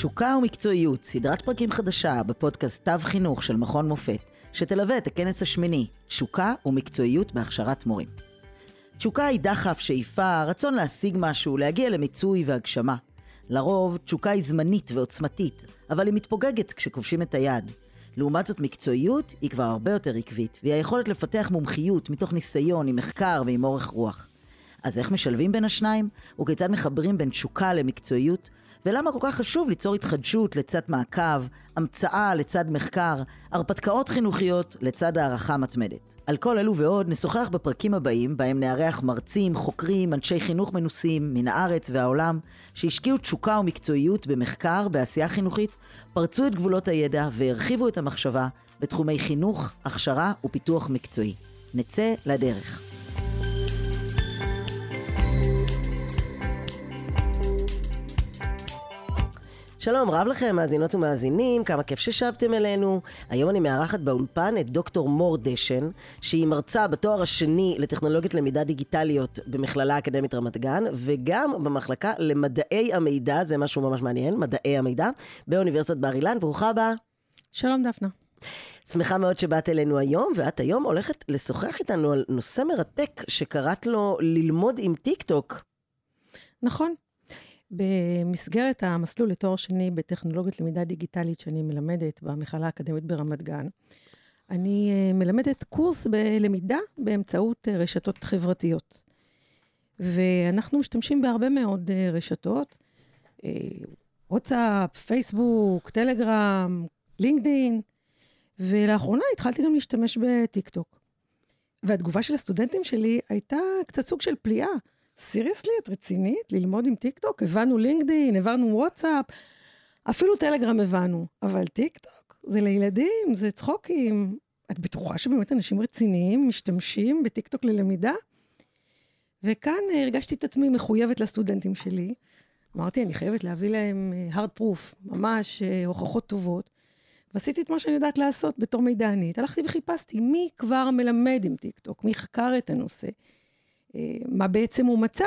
תשוקה ומקצועיות, סדרת פרקים חדשה בפודקאסט תו חינוך של מכון מופת, שתלווה את הכנס השמיני, תשוקה ומקצועיות בהכשרת מורים. תשוקה היא דחף, שאיפה, רצון להשיג משהו, להגיע למיצוי והגשמה. לרוב, תשוקה היא זמנית ועוצמתית, אבל היא מתפוגגת כשכובשים את היד. לעומת זאת, מקצועיות היא כבר הרבה יותר עקבית, והיא היכולת לפתח מומחיות מתוך ניסיון עם מחקר ועם אורך רוח. אז איך משלבים בין השניים? וכיצד מחברים בין תשוקה למקצועיות? ולמה כל כך חשוב ליצור התחדשות לצד מעקב, המצאה לצד מחקר, הרפתקאות חינוכיות לצד הערכה מתמדת? על כל אלו ועוד נשוחח בפרקים הבאים, בהם נארח מרצים, חוקרים, אנשי חינוך מנוסים מן הארץ והעולם, שהשקיעו תשוקה ומקצועיות במחקר, בעשייה חינוכית, פרצו את גבולות הידע והרחיבו את המחשבה בתחומי חינוך, הכשרה ופיתוח מקצועי. נצא לדרך. שלום רב לכם, מאזינות ומאזינים, כמה כיף ששבתם אלינו. היום אני מארחת באולפן את דוקטור מור דשן, שהיא מרצה בתואר השני לטכנולוגיות למידה דיגיטליות במכללה האקדמית רמת גן, וגם במחלקה למדעי המידע, זה משהו ממש מעניין, מדעי המידע, באוניברסיטת בר אילן. ברוכה הבאה. שלום דפנה. שמחה מאוד שבאת אלינו היום, ואת היום הולכת לשוחח איתנו על נושא מרתק שקראת לו ללמוד עם טיק טוק. נכון. במסגרת המסלול לתואר שני בטכנולוגיות למידה דיגיטלית שאני מלמדת במכללה האקדמית ברמת גן, אני מלמדת קורס בלמידה באמצעות רשתות חברתיות. ואנחנו משתמשים בהרבה מאוד רשתות, וואטסאפ, פייסבוק, טלגרם, לינקדין, ולאחרונה התחלתי גם להשתמש בטיק טוק. והתגובה של הסטודנטים שלי הייתה קצת סוג של פליאה. סיריוסלי, את רצינית? ללמוד עם טיק טוק? הבנו לינקדין, הבנו וואטסאפ, אפילו טלגרם הבנו, אבל טיק טוק זה לילדים, זה צחוקים. את בטוחה שבאמת אנשים רציניים משתמשים בטיק טוק ללמידה? וכאן הרגשתי את עצמי מחויבת לסטודנטים שלי. אמרתי, אני חייבת להביא להם hard proof, ממש הוכחות טובות. ועשיתי את מה שאני יודעת לעשות בתור מידענית. הלכתי וחיפשתי מי כבר מלמד עם טיק טוק, מי חקר את הנושא. מה בעצם הוא מצא,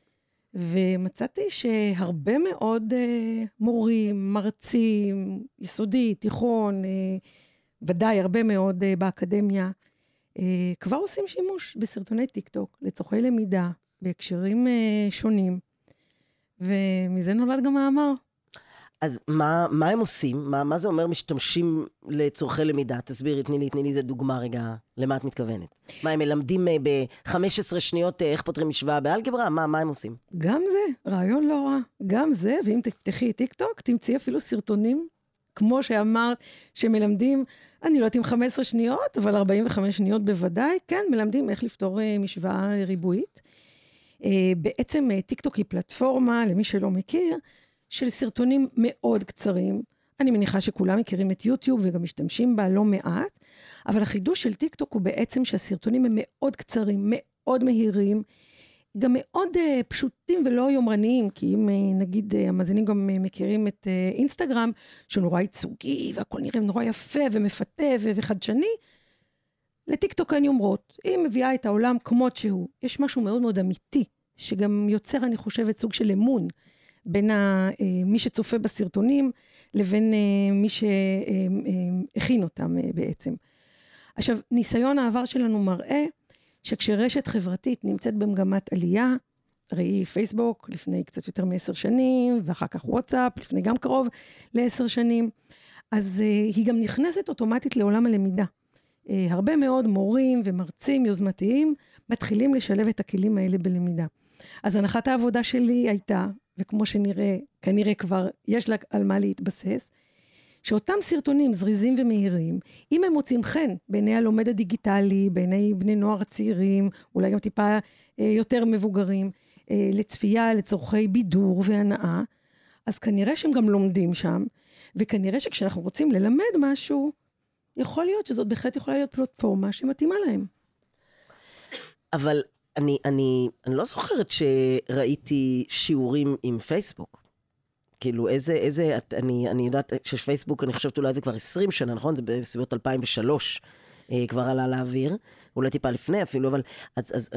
ומצאתי שהרבה מאוד מורים, מרצים, יסודי, תיכון, ודאי הרבה מאוד באקדמיה, כבר עושים שימוש בסרטוני טיק טוק, לצורכי למידה, בהקשרים שונים, ומזה נולד גם מאמר. אז מה הם עושים? מה זה אומר משתמשים לצורכי למידה? תסבירי, תני לי איזה דוגמה רגע, למה את מתכוונת? מה, הם מלמדים ב-15 שניות איך פותרים משוואה באלגברה? מה הם עושים? גם זה, רעיון לא רע. גם זה, ואם תפתחי טיק טוק, תמצאי אפילו סרטונים, כמו שאמרת, שמלמדים, אני לא יודעת אם 15 שניות, אבל 45 שניות בוודאי, כן, מלמדים איך לפתור משוואה ריבועית. בעצם טיק טוק היא פלטפורמה, למי שלא מכיר, של סרטונים מאוד קצרים. אני מניחה שכולם מכירים את יוטיוב וגם משתמשים בה לא מעט, אבל החידוש של טיק טוק הוא בעצם שהסרטונים הם מאוד קצרים, מאוד מהירים, גם מאוד פשוטים ולא יומרניים, כי אם נגיד המאזינים גם מכירים את אינסטגרם, שהוא נורא ייצוגי והכל נראה נורא יפה ומפתה וחדשני, לטיק טוק אין יומרות. היא מביאה את העולם כמות שהוא. יש משהו מאוד מאוד אמיתי, שגם יוצר, אני חושבת, סוג של אמון, בין מי שצופה בסרטונים, לבין מי שהכין אותם בעצם. עכשיו, ניסיון העבר שלנו מראה, שכשרשת חברתית נמצאת במגמת עלייה, ראי פייסבוק לפני קצת יותר מ10 שנים, ואחר כך וואטסאפ לפני גם קרוב ל10 שנים, אז היא גם נכנסת אוטומטית לעולם הלמידה. הרבה מאוד מורים ומרצים יוזמתיים, מתחילים לשלב את הכלים האלה בלמידה. אז הנחת העבודה שלי הייתה, וכמו שנראה, כנראה כבר יש לה על מה להתבסס, שאותם סרטונים זריזים ומהירים, אם הם מוצאים חן בעיני הלומד הדיגיטלי, בעיני בני נוער הצעירים, אולי גם טיפה יותר מבוגרים, לצפייה, לצורכי בידור והנאה, אז כנראה שהם גם לומדים שם, וכנראה שכשאנחנו רוצים ללמד משהו, יכול להיות שזאת בהחלט יכולה להיות פלטפורמה שמתאימה להם. אבל אני לא זוכרת שראיתי שיעורים עם פייסבוק. כאילו, אני יודעת שפייסבוק, אני חושבת אולי זה כבר 20 שנה, נכון? זה בסביבות 2003, כבר עלה לאוויר, אולי טיפה לפני אפילו, אבל אז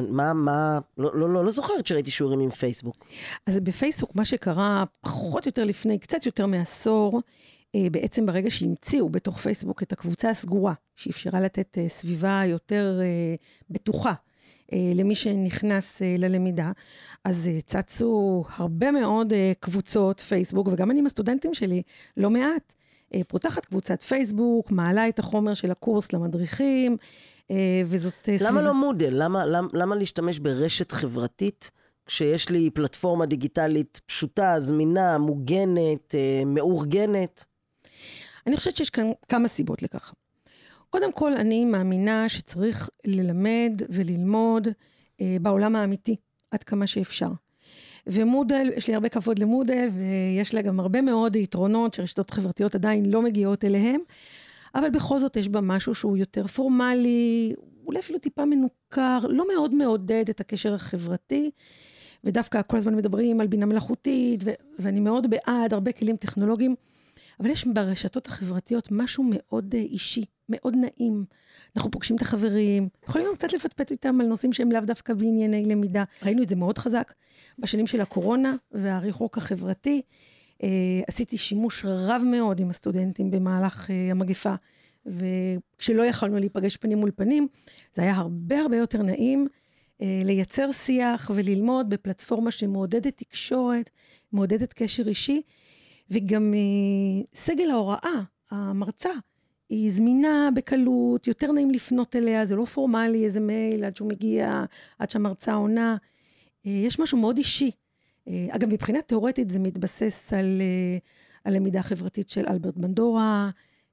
לא זוכרת שראיתי שיעורים עם פייסבוק. אז בפייסבוק, מה שקרה פחות או יותר לפני, קצת יותר מעשור, בעצם ברגע שהמציאו בתוך פייסבוק את הקבוצה הסגורה, שאפשרה לתת סביבה יותר בטוחה למי שנכנס ללמידה, אז צצו הרבה מאוד קבוצות פייסבוק, וגם אני עם הסטודנטים שלי לא מעט, פותחת קבוצת פייסבוק, מעלה את החומר של הקורס למדריכים, וזאת למה לא מודל? למה להשתמש ברשת חברתית, כשיש לי פלטפורמה דיגיטלית פשוטה, זמינה, מוגנת, מאורגנת? אני חושבת שיש כאן כמה סיבות לכך. קודם כל, אני מאמינה שצריך ללמד וללמוד בעולם האמיתי, עד כמה שאפשר. ומודל, יש לי הרבה כבוד למודל, ויש לה גם הרבה מאוד יתרונות שרשתות חברתיות עדיין לא מגיעות אליהם, אבל בכל זאת יש בה משהו שהוא יותר פורמלי, אולי אפילו טיפה מנוכר, לא מאוד מעודד את הקשר החברתי, ודווקא כל הזמן מדברים על בינה מלאכותית, ואני מאוד בעד הרבה כלים טכנולוגיים, אבל יש ברשתות החברתיות משהו מאוד אישי, מאוד נעים. אנחנו פוגשים את החברים, יכולים גם קצת לפטפט איתם על נושאים שהם לאו דווקא בענייני למידה. ראינו את זה מאוד חזק בשנים של הקורונה והריחוק החברתי. עשיתי שימוש רב מאוד עם הסטודנטים במהלך המגפה, וכשלא יכולנו להיפגש פנים מול פנים, זה היה הרבה הרבה יותר נעים לייצר שיח וללמוד בפלטפורמה שמעודדת תקשורת, מעודדת קשר אישי, וגם סגל ההוראה, המרצה, היא זמינה בקלות, יותר נעים לפנות אליה, זה לא פורמלי, איזה מייל עד שהוא מגיע, עד שהמרצה עונה. יש משהו מאוד אישי. אגב, מבחינה תיאורטית זה מתבסס על למידה חברתית של אלברט בנדורה,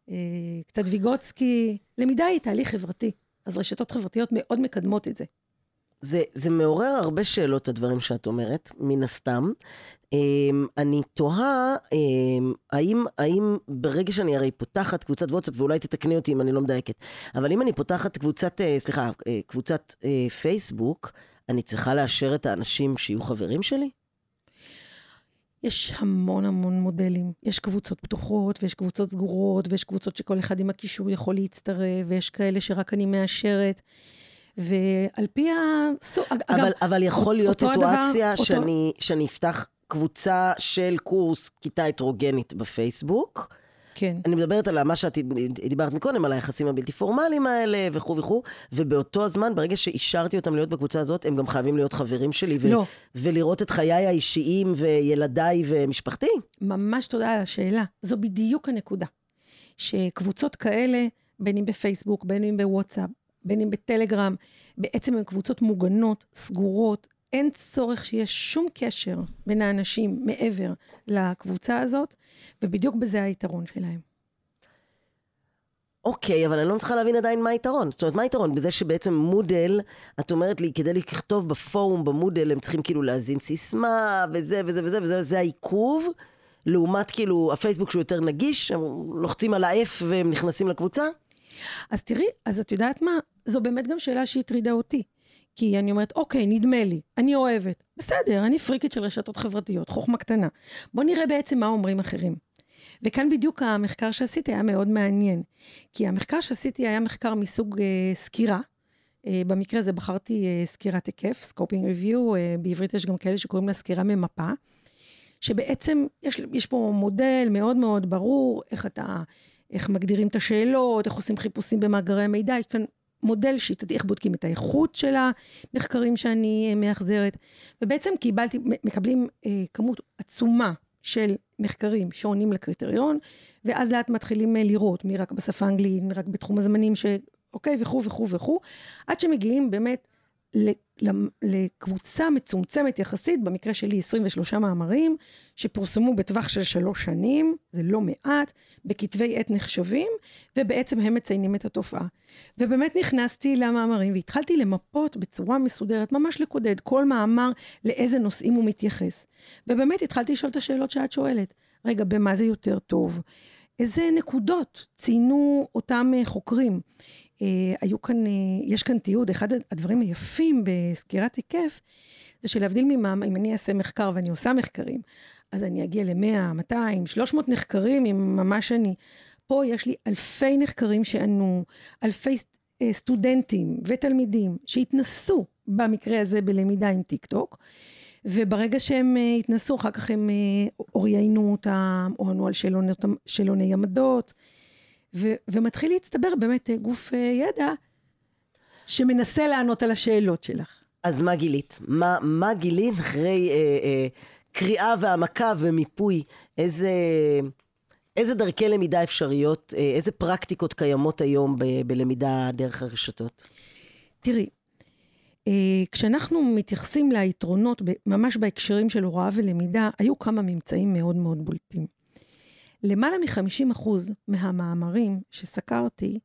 קצת ויגוצקי. למידה היא תהליך חברתי, אז רשתות חברתיות מאוד מקדמות את זה. זה מעורר הרבה שאלות, הדברים שאת אומרת, מן הסתם. אני תוהה, האם ברגע שאני הרי פותחת קבוצת וואטסאפ, ואולי תתקני אותי אם אני לא מדייקת, אבל אם אני פותחת קבוצת פייסבוק, אני צריכה לאשר את האנשים שיהיו חברים שלי? יש המון המון מודלים. יש קבוצות פתוחות, ויש קבוצות סגורות, ויש קבוצות שכל אחד עם הקישור יכול להצטרף, ויש כאלה שרק אני מאשרת. ועל פי אבל יכול להיות סיטואציה שאני אפתח קבוצה של קורס כיתה הטרוגנית בפייסבוק. כן. אני מדברת על מה שאת דיברת מקודם, על היחסים הבלתי פורמליים האלה וכו' וכו', ובאותו הזמן, ברגע שאישרתי אותם להיות בקבוצה הזאת, הם גם חייבים להיות חברים שלי, ולראות את חיי האישיים וילדיי ומשפחתי. ממש תודה על השאלה. זו בדיוק הנקודה. שקבוצות כאלה, בין אם בפייסבוק, בין אם בוואטסאפ, בין אם בטלגרם, בעצם הן קבוצות מוגנות, סגורות, אין צורך שיש שום קשר בין האנשים מעבר לקבוצה הזאת, ובדיוק בזה היתרון שלהם. אוקיי, אבל אני לא צריכה להבין עדיין מה היתרון. זאת אומרת, מה היתרון? בזה שבעצם מודל, את אומרת לי, כדי לכתוב בפורום במודל, הם צריכים כאילו להזין סיסמה, וזה וזה וזה וזה, וזה העיכוב, לעומת כאילו הפייסבוק שהוא יותר נגיש, הם לוחצים על ה-F והם נכנסים לקבוצה? אז תראי, אז את יודעת מה? זו באמת גם שאלה שהטרידה אותי. כי אני אומרת, אוקיי, נדמה לי, אני אוהבת. בסדר, אני פריקית של רשתות חברתיות, חוכמה קטנה. בוא נראה בעצם מה אומרים אחרים. וכאן בדיוק המחקר שעשיתי היה מאוד מעניין. כי המחקר שעשיתי היה מחקר מסוג סקירה. במקרה הזה בחרתי סקירת היקף, Scoping Review, בעברית יש גם כאלה שקוראים לה סקירה ממפה, שבעצם יש פה מודל מאוד מאוד ברור, איך מגדירים את השאלות, איך עושים חיפושים במאגרי המידע, יש כאן מודל שיטתי, איך בודקים את האיכות של המחקרים שאני מאחזרת, ובעצם מקבלים כמות עצומה של מחקרים שעונים לקריטריון, ואז לאט מתחילים לראות מי רק בשפה האנגלית, מי רק בתחום הזמנים אוקיי, וכו' וכו' וכו', עד שמגיעים באמת לקבוצה מצומצמת יחסית, במקרה שלי 23 מאמרים, שפורסמו בטווח של 3 שנים, זה לא מעט, בכתבי עת נחשבים, ובעצם הם מציינים את התופעה. ובאמת נכנסתי למאמרים, והתחלתי למפות בצורה מסודרת, ממש לקודד, כל מאמר לאיזה נושאים הוא מתייחס. ובאמת התחלתי לשאול את השאלות שאת שואלת, רגע, במה זה יותר טוב? איזה נקודות ציינו אותם חוקרים? יש כאן תיעוד, אחד הדברים היפים בסקירת היקף, זה שלהבדיל ממאמר, אם אני אעשה מחקר ואני עושה מחקרים, אז אני אגיע ל-100, 200, 300 נחקרים, אם ממש פה יש לי אלפי נחקרים שענו, אלפי סטודנטים ותלמידים שהתנסו במקרה הזה בלמידה עם טיק טוק, וברגע שהם התנסו, אחר כך הם אוריינו אותם, או ענו על שאלוני עמדות, ומתחיל להצטבר באמת גוף ידע, שמנסה לענות על השאלות שלך. אז מה גילית? מה גילית אחרי קריאה והעמקה ומיפוי? איזה דרכי למידה אפשריות, איזה פרקטיקות קיימות היום בלמידה דרך הרשתות? תראי, כשאנחנו מתייחסים ליתרונות, ממש בהקשרים של הוראה ולמידה, היו כמה ממצאים מאוד מאוד בולטים. למעלה מ-50% מהמאמרים שסקרתי,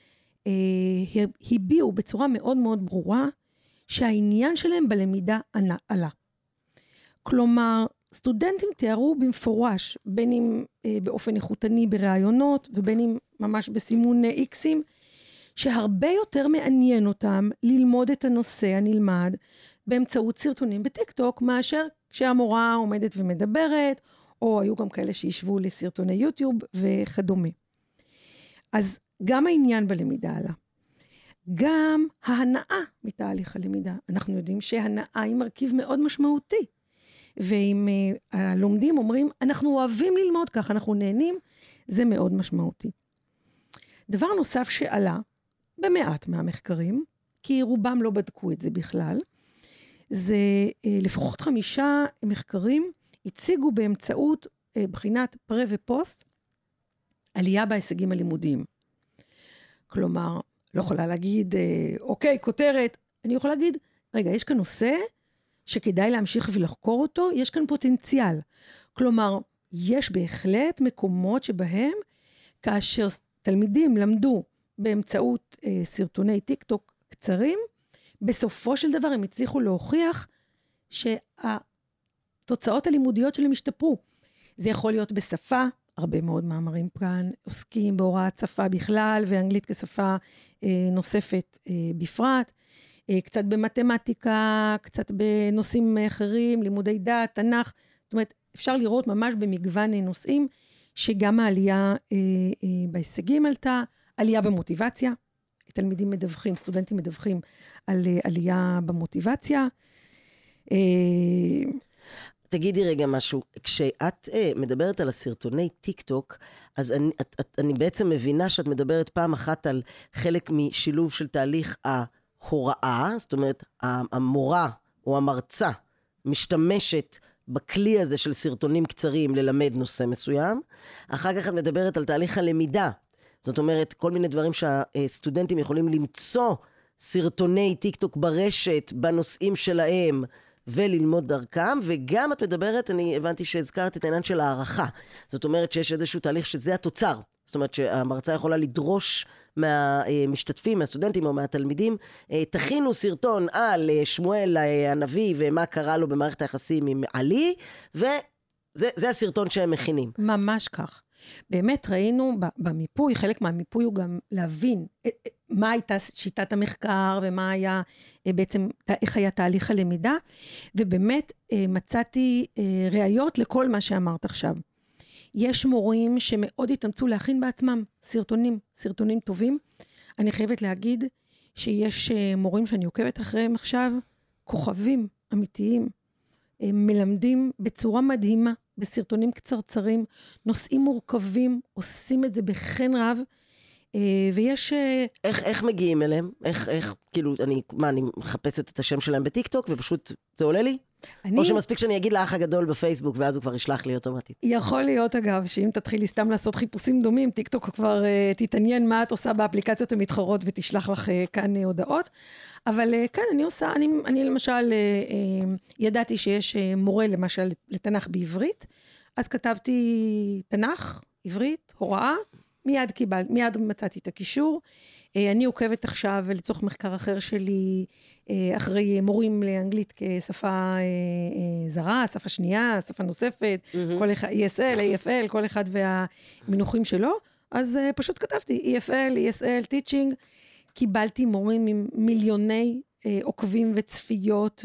הביעו בצורה מאוד מאוד ברורה, שהעניין שלהם בלמידה עלה. כלומר, סטודנטים תיארו במפורש, בין אם באופן איכותני ברעיונות, ובין אם ממש בסימון איקסים, שהרבה יותר מעניין אותם ללמוד את הנושא הנלמד, באמצעות סרטונים בטיק-טוק, מאשר כשהמורה עומדת ומדברת, או היו גם כאלה שישבו לסרטוני יוטיוב וכדומה. אז גם העניין בלמידה עלה. גם ההנאה מתהליך הלמידה. אנחנו יודעים שהנאה היא מרכיב מאוד משמעותי. ואם הלומדים אומרים, אנחנו אוהבים ללמוד כך, אנחנו נהנים, זה מאוד משמעותי. דבר נוסף שעלה, במעט מהמחקרים, כי רובם לא בדקו את זה בכלל, זה לפחות 5 מחקרים הציגו באמצעות בחינת פרה ופוסט, עלייה בהישגים הלימודיים. כלומר, לא יכולה להגיד, אוקיי, כותרת, אני יכולה להגיד, רגע, יש כאן נושא שכדאי להמשיך ולחקור אותו, יש כאן פוטנציאל. כלומר, יש בהחלט מקומות שבהם, כאשר תלמידים למדו באמצעות סרטוני טיק טוק קצרים, בסופו של דבר הם הצליחו להוכיח שהתוצאות הלימודיות שלהם השתפרו. זה יכול להיות בשפה, הרבה מאוד מאמרים כאן עוסקים בהוראת שפה בכלל, ואנגלית כשפה נוספת בפרט, קצת במתמטיקה, קצת בנושאים אחרים, לימודי דת, תנ"ך, זאת אומרת, אפשר לראות ממש במגוון נושאים, שגם העלייה בהישגים עלתה, עלייה במוטיבציה, תלמידים מדווחים, סטודנטים מדווחים על עלייה במוטיבציה. תגידי רגע משהו, כשאת מדברת על הסרטוני טיק טוק, אז אני בעצם מבינה שאת מדברת פעם אחת על חלק משילוב של תהליך ההוראה, זאת אומרת, המורה או המרצה משתמשת בכלי הזה של סרטונים קצרים ללמד נושא מסוים, אחר כך את מדברת על תהליך הלמידה, זאת אומרת, כל מיני דברים שהסטודנטים יכולים למצוא סרטוני טיק טוק ברשת, בנושאים שלהם, וללמוד דרכם, וגם את מדברת, אני הבנתי שהזכרת את העניין של הערכה, זאת אומרת שיש איזשהו תהליך שזה התוצר, זאת אומרת שהמרצה יכולה לדרוש מהמשתתפים, מהסטודנטים או מהתלמידים, תכינו סרטון על שמואל הנביא ומה קרה לו במערכת היחסים עם עלי, וזה הסרטון שהם מכינים. ממש כך. באמת ראינו במיפוי, חלק מהמיפוי הוא גם להבין מה הייתה שיטת המחקר ומה היה בעצם, איך היה תהליך הלמידה, ובאמת מצאתי ראיות לכל מה שאמרת עכשיו. יש מורים שמאוד התאמצו להכין בעצמם סרטונים טובים. אני חייבת להגיד שיש מורים שאני עוקבת אחריהם עכשיו, כוכבים אמיתיים, מלמדים בצורה מדהימה, בסרטונים קצרצרים, נושאים מורכבים, עושים את זה בחן רב, ויש... איך מגיעים אליהם? איך, כאילו, אני מחפשת את השם שלהם בטיק-טוק, ופשוט זה עולה לי? או שמספיק שאני אגיד לאח הגדול בפייסבוק, ואז הוא כבר ישלח לי אוטומטית. יכול להיות, אגב, שאם תתחילי סתם לעשות חיפושים דומים, טיק-טוק כבר תתעניין מה את עושה באפליקציות המתחרות, ותשלח לך כאן הודעות. אבל כן, אני למשל, ידעתי שיש מורה, למשל, לתנ"ך בעברית, אז כתבתי תנ"ך, עברית, הוראה, מיד מצאתי את הקישור. אני עוקבת עכשיו לצורך מחקר אחר שלי, אחרי מורים לאנגלית כשפה זרה, שפה שנייה, שפה נוספת, כל אחד, ESL, AFL, כל אחד והמינוחים שלו, אז פשוט כתבתי EFL, ESL, Teaching, קיבלתי מורים עם מיליוני עוקבים וצפיות,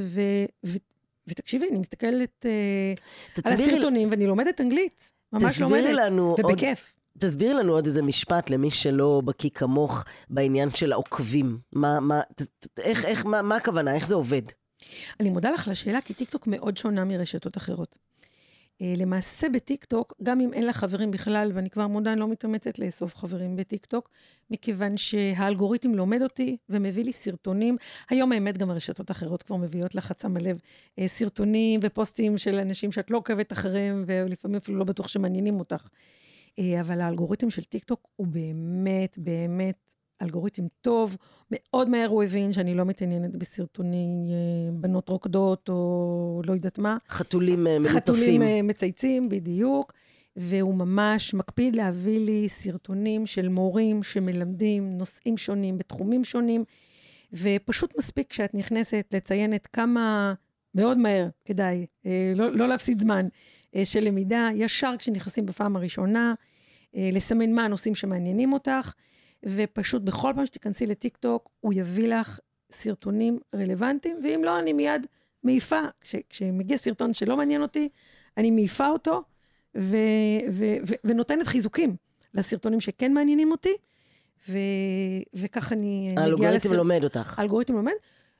ותקשיבי, אני מסתכלת על הסרטונים, ואני לומדת אנגלית, ממש לומדת, ובכיף. תסביר לנו עוד איזה משפט למי שלא בקיא כמוך בעניין של העוקבים. מה הכוונה? איך זה עובד? אני מודה לך לשאלה, כי טיקטוק מאוד שונה מרשתות אחרות. למעשה בטיקטוק, גם אם אין לה חברים בכלל, ואני כבר מודה, אני לא מתאמצת לאסוף חברים בטיקטוק, מכיוון שהאלגוריתם לומד אותי ומביא לי סרטונים. היום האמת גם הרשתות אחרות כבר מביאות לחצם הלב סרטונים ופוסטים של אנשים שאת לא עוקבת אחריהם, ולפעמים אפילו לא בטוח שמעניינים אותך. אבל האלגוריתם של טיקטוק הוא באמת, באמת אלגוריתם טוב, מאוד מהר הוא הבין שאני לא מתעניינת בסרטוני בנות רוקדות או לא יודעת מה. חתולים מלוטפים. חתולים מצייצים, בדיוק, והוא ממש מקפיד להביא לי סרטונים של מורים שמלמדים נושאים שונים בתחומים שונים, ופשוט מספיק שאת נכנסת לציין את כמה מאוד מהר, כדאי, לא להפסיד זמן, של למידה, ישר כשנכנסים בפעם הראשונה, לסמן מה הנושאים שמעניינים אותך, ופשוט בכל פעם שתיכנסי לטיקטוק, הוא יביא לך סרטונים רלוונטיים, ואם לא, אני מיד מעיפה. כשמגיע סרטון שלא מעניין אותי, אני מעיפה אותו, ונותנת חיזוקים לסרטונים שכן מעניינים אותי, וכך אני מגיעה האלגוריתם לומד אותך. האלגוריתם לומד,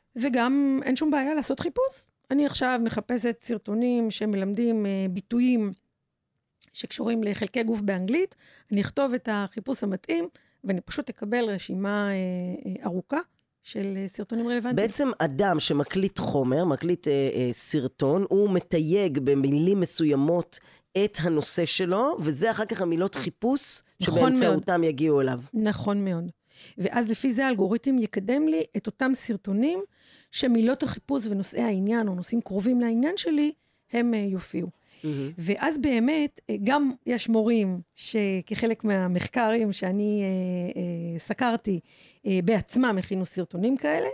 וגם אין שום בעיה לעשות חיפוש. אני עכשיו מחפשת סרטונים שמלמדים ביטויים שקשורים לחלקי גוף באנגלית, אני אכתוב את החיפוש המתאים, ואני פשוט אקבל רשימה ארוכה של סרטונים רלוונטיים. בעצם אדם שמקליט חומר, מקליט סרטון, הוא מתייג במילים מסוימות את הנושא שלו, וזה אחר כך המילות חיפוש שבאמצעותם יגיעו אליו. נכון מאוד. ואז לפי זה האלגוריתם יקדם לי את אותם סרטונים, שמילות החיפוש ונושאי העניין, או נושאים קרובים לעניין שלי, הם יופיעו. ואז באמת, גם יש מורים שכחלק מהמחקרים שאני סקרתי, בעצמם הכינו סרטונים כאלה.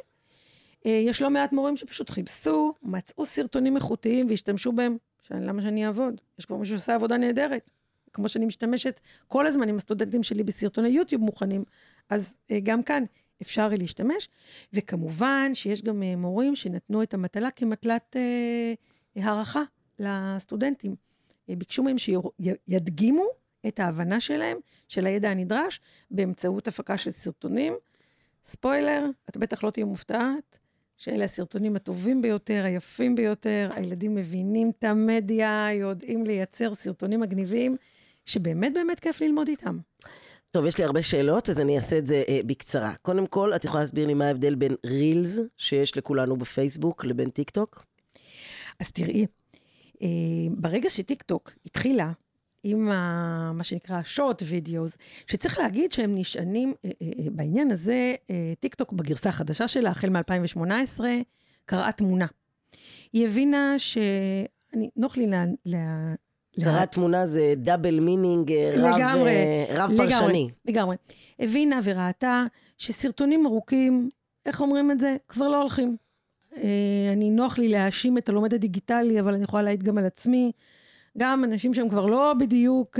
יש לא מעט מורים שפשוט חיפשו, מצאו סרטונים איכותיים והשתמשו בהם. למה שאני אעבוד? יש כבר מישהו שעושה עבודה נהדרת. כמו שאני משתמשת כל הזמן עם הסטודנטים שלי בסרטוני יוטיוב מוכנים, אז גם כאן אפשר להשתמש. וכמובן שיש גם מורים שנתנו את המטלה כמטלת הערכה לסטודנטים. ביקשו מהם שידגימו את ההבנה שלהם, של הידע הנדרש, באמצעות הפקה של סרטונים. ספוילר, את בטח לא תהיה מופתעת, שאלה הסרטונים הטובים ביותר, היפים ביותר, הילדים מבינים את המדיה, יודעים לייצר סרטונים מגניבים, שבאמת באמת כיף ללמוד איתם. טוב, יש לי הרבה שאלות, אז אני אעשה את זה בקצרה. קודם כל, את יכולה להסביר לי מה ההבדל בין רילס, שיש לכולנו בפייסבוק, לבין טיקטוק? אז תראי, ברגע שטיקטוק התחילה, עם מה שנקרא short videos, שצריך להגיד שהם נשענים, בעניין הזה, טיקטוק בגרסה החדשה שלה, החל מ-2018, קראה תמונה. היא הבינה נוח לי קראת תמונה זה דאבל מינינג, רב פרשני. לגמרי. הבינה וראתה שסרטונים ארוכים, איך אומרים את זה? כבר לא הולכים. אני נוח לי להאשים את הלומד הדיגיטלי, אבל אני יכולה להעיד גם על עצמי. גם אנשים שהם כבר לא בדיוק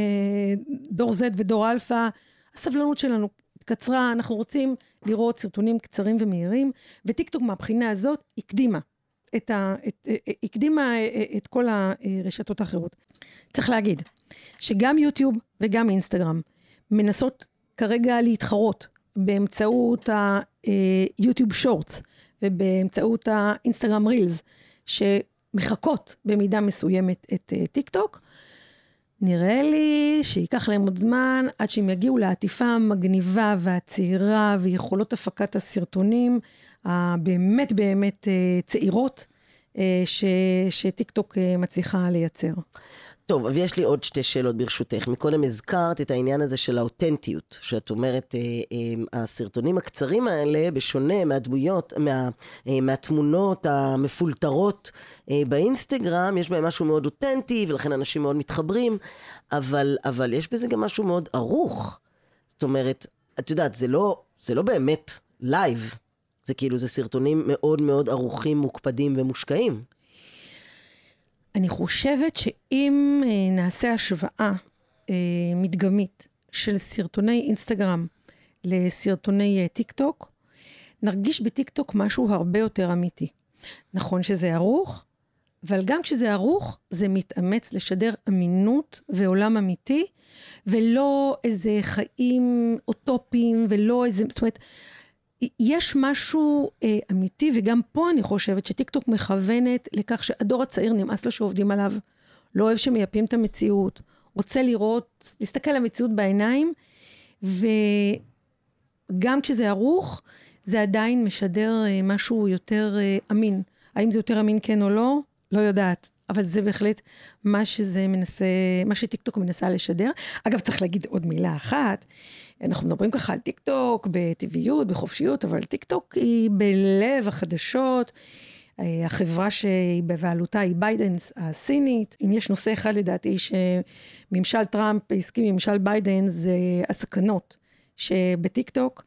דור Z ודור אלפא, הסבלנות שלנו התקצרה, אנחנו רוצים לראות סרטונים קצרים ומהירים, וטיקטוק מהבחינה הזאת הקדימה את כל הרשתות האחרות. צריך להגיד שגם יוטיוב וגם אינסטגרם מנסות כרגע להתחרות באמצעות היוטיוב שורטס ובאמצעות האינסטגרם רילס, שמחקות במידה מסוימת את טיקטוק. נראה לי שיקח להם עוד זמן עד שהם יגיעו לעטיפה המגניבה והצעירה ויכולות הפקת הסרטונים הבאמת באמת צעירות שטיקטוק מצליחה לייצר. טוב, אבל יש לי עוד שתי שאלות ברשותך. מקודם הזכרת את העניין הזה של האותנטיות, שאת אומרת, הסרטונים הקצרים האלה, בשונה מהדמויות, מהתמונות המפולטרות באינסטגרם, יש בהם משהו מאוד אותנטי, ולכן אנשים מאוד מתחברים, אבל יש בזה גם משהו מאוד ערוך. זאת אומרת, את יודעת, זה לא באמת לייב. זה כאילו, זה סרטונים מאוד מאוד ערוכים, מוקפדים ומושקעים. אני חושבת שאם נעשה השוואה מדגמית של סרטוני אינסטגרם לסרטוני טיקטוק, נרגיש בטיקטוק משהו הרבה יותר אמיתי. נכון שזה ערוך, אבל גם כשזה ערוך, זה מתאמץ לשדר אמינות ועולם אמיתי, ולא איזה חיים אוטופיים, ולא איזה, זאת אומרת, יש משהו אמיתי, וגם פה אני חושבת שטיקטוק מכוונת לכך שהדור הצעיר נמאס לו שעובדים עליו, לא אוהב שמייפים את המציאות, רוצה לראות, להסתכל על המציאות בעיניים, וגם כשזה ערוך, זה עדיין משדר משהו יותר אמין. האם זה יותר אמין כן או לא? לא יודעת. אבל זה בהחלט מה שטיקטוק מנסה לשדר. אגב, צריך להגיד עוד מילה אחת. אנחנו מדברים ככה על טיקטוק, בטבעיות, בחופשיות, אבל טיקטוק היא בלב החדשות. החברה שהיא בבעלותה היא ביידנס הסינית. אם יש נושא אחד לדעתי שממשל טראמפ הסכים עם ממשל ביידן, זה הסכנות שבטיקטוק.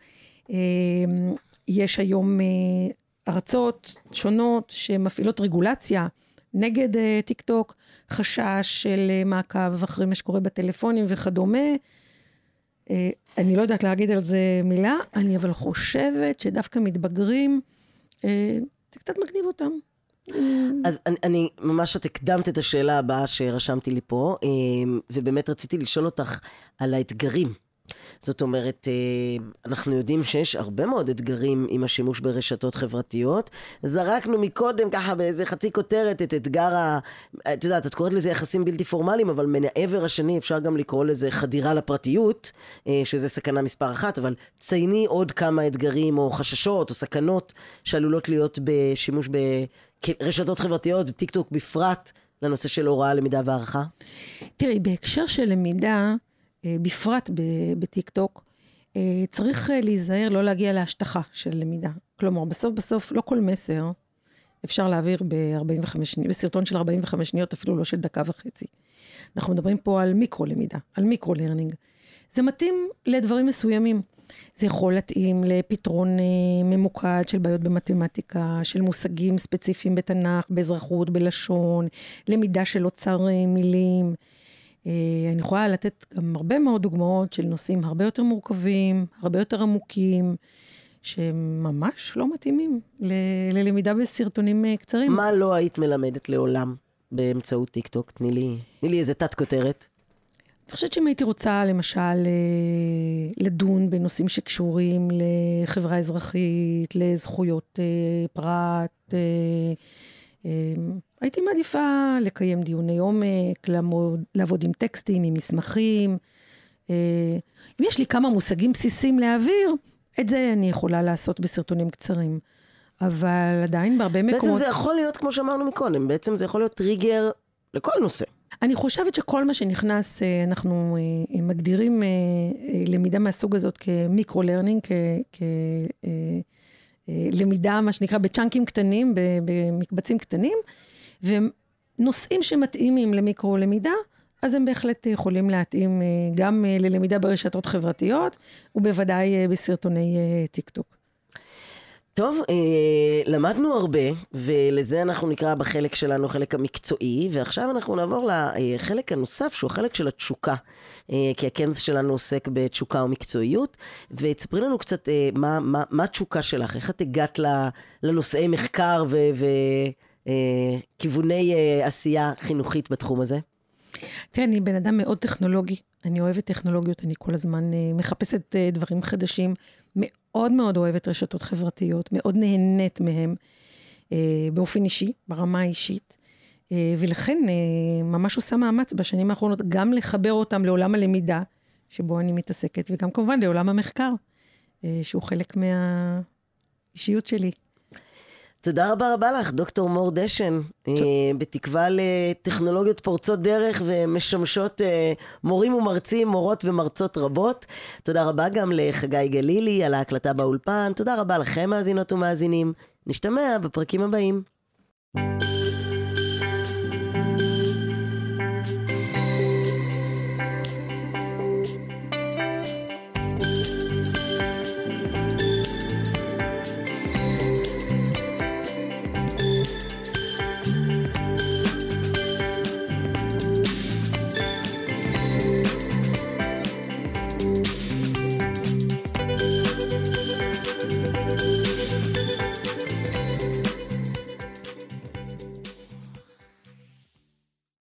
יש היום ארצות שונות שמפעילות רגולציה נגד טיקטוק, חשש של מעקב אחרי מה שקורה בטלפונים וכדומה. אני לא יודעת להגיד על זה מילה, אני אבל חושבת שדווקא מתבגרים, זה קצת מגניב אותם. אז אני ממש את הקדמת את השאלה הבאה שרשמתי לי פה, ובאמת רציתי לשאול אותך על האתגרים. זאת אומרת, אנחנו יודעים שיש הרבה מאוד אתגרים עם השימוש ברשתות חברתיות. זרקנו מקודם ככה באיזה חצי כותרת את אתגר את יודעת, את קוראת לזה יחסים בלתי פורמליים, אבל מן העבר השני אפשר גם לקרוא לזה חדירה לפרטיות, שזה סכנה מספר אחת, אבל צייני עוד כמה אתגרים או חששות או סכנות שעלולות להיות בשימוש ברשתות חברתיות וטיקטוק בפרט לנושא של הוראה, למידה והערכה. תראי, בהקשר של למידה, בפרט בטיקטוק, צריך להיזהר לא להגיע להשטחה של למידה. כלומר, בסוף לא כל מסר אפשר להעביר בסרטון של 45 שניות, אפילו לא של דקה וחצי. אנחנו מדברים פה על מיקרו-למידה, על מיקרו-לרנינג. זה מתאים לדברים מסוימים. זה יכול להתאים לפתרון ממוקד של בעיות במתמטיקה, של מושגים ספציפיים בתנ"ך, באזרחות, בלשון, למידה של אוצר מילים. אני יכולה לתת גם הרבה מאוד דוגמאות של נושאים הרבה יותר מורכבים, הרבה יותר עמוקים, שממש לא מתאימים ללמידה בסרטונים קצרים. מה לא היית מלמדת לעולם באמצעות טיקטוק? תני לי איזה תת כותרת. אני חושבת שאם הייתי רוצה למשל לדון בנושאים שקשורים לחברה אזרחית, לזכויות פרט, הייתי מעדיפה לקיים דיוני עומק, לעבוד עם טקסטים, עם מסמכים. אם יש לי כמה מושגים בסיסיים להעביר, את זה אני יכולה לעשות בסרטונים קצרים. אבל עדיין בהרבה מקומות... בעצם זה יכול להיות, כמו שאמרנו מקודם, בעצם זה יכול להיות טריגר לכל נושא. אני חושבת שכל מה שנכנס, אנחנו מגדירים למידה מהסוג הזאת כמיקרו-לרנינג, למידה, מה שנקרא, בצ'אנקים קטנים, במקבצים קטנים, ונושאים שמתאימים למיקרו-למידה, אז הם בהחלט יכולים להתאים גם ללמידה ברשתות חברתיות, ובוודאי בסרטוני טיקטוק. טוב, למדנו הרבה, ולזה אנחנו נקרא בחלק שלנו, חלק המקצועי, ועכשיו אנחנו נעבור לחלק הנוסף, שהוא החלק של התשוקה, כי הכנס שלנו עוסק בתשוקה ומקצועיות, ותספרי לנו קצת מה התשוקה שלך, איך את הגעת לנושאי מחקר וכיווני עשייה חינוכית בתחום הזה? תראה, אני בן אדם מאוד טכנולוגי, אני אוהבת טכנולוגיות, אני כל הזמן מחפשת דברים חדשים, מאוד מאוד אוהבת רשתות חברתיות, מאוד נהנית מהם באופן אישי, ברמה האישית, ולכן ממש עושה מאמץ בשנים האחרונות גם לחבר אותם לעולם הלמידה, שבו אני מתעסקת, וגם כמובן לעולם המחקר, שהוא חלק מהאישיות שלי. תודה רבה לך, דוקטור מור דשן, בתקווה לטכנולוגיות פורצות דרך ומשמשות מורים ומרצים, מורות ומרצות רבות. תודה רבה גם לחגי גלילי על ההקלטה באולפן. תודה רבה לכם מאזינות ומאזינים. נשתמע בפרקים הבאים.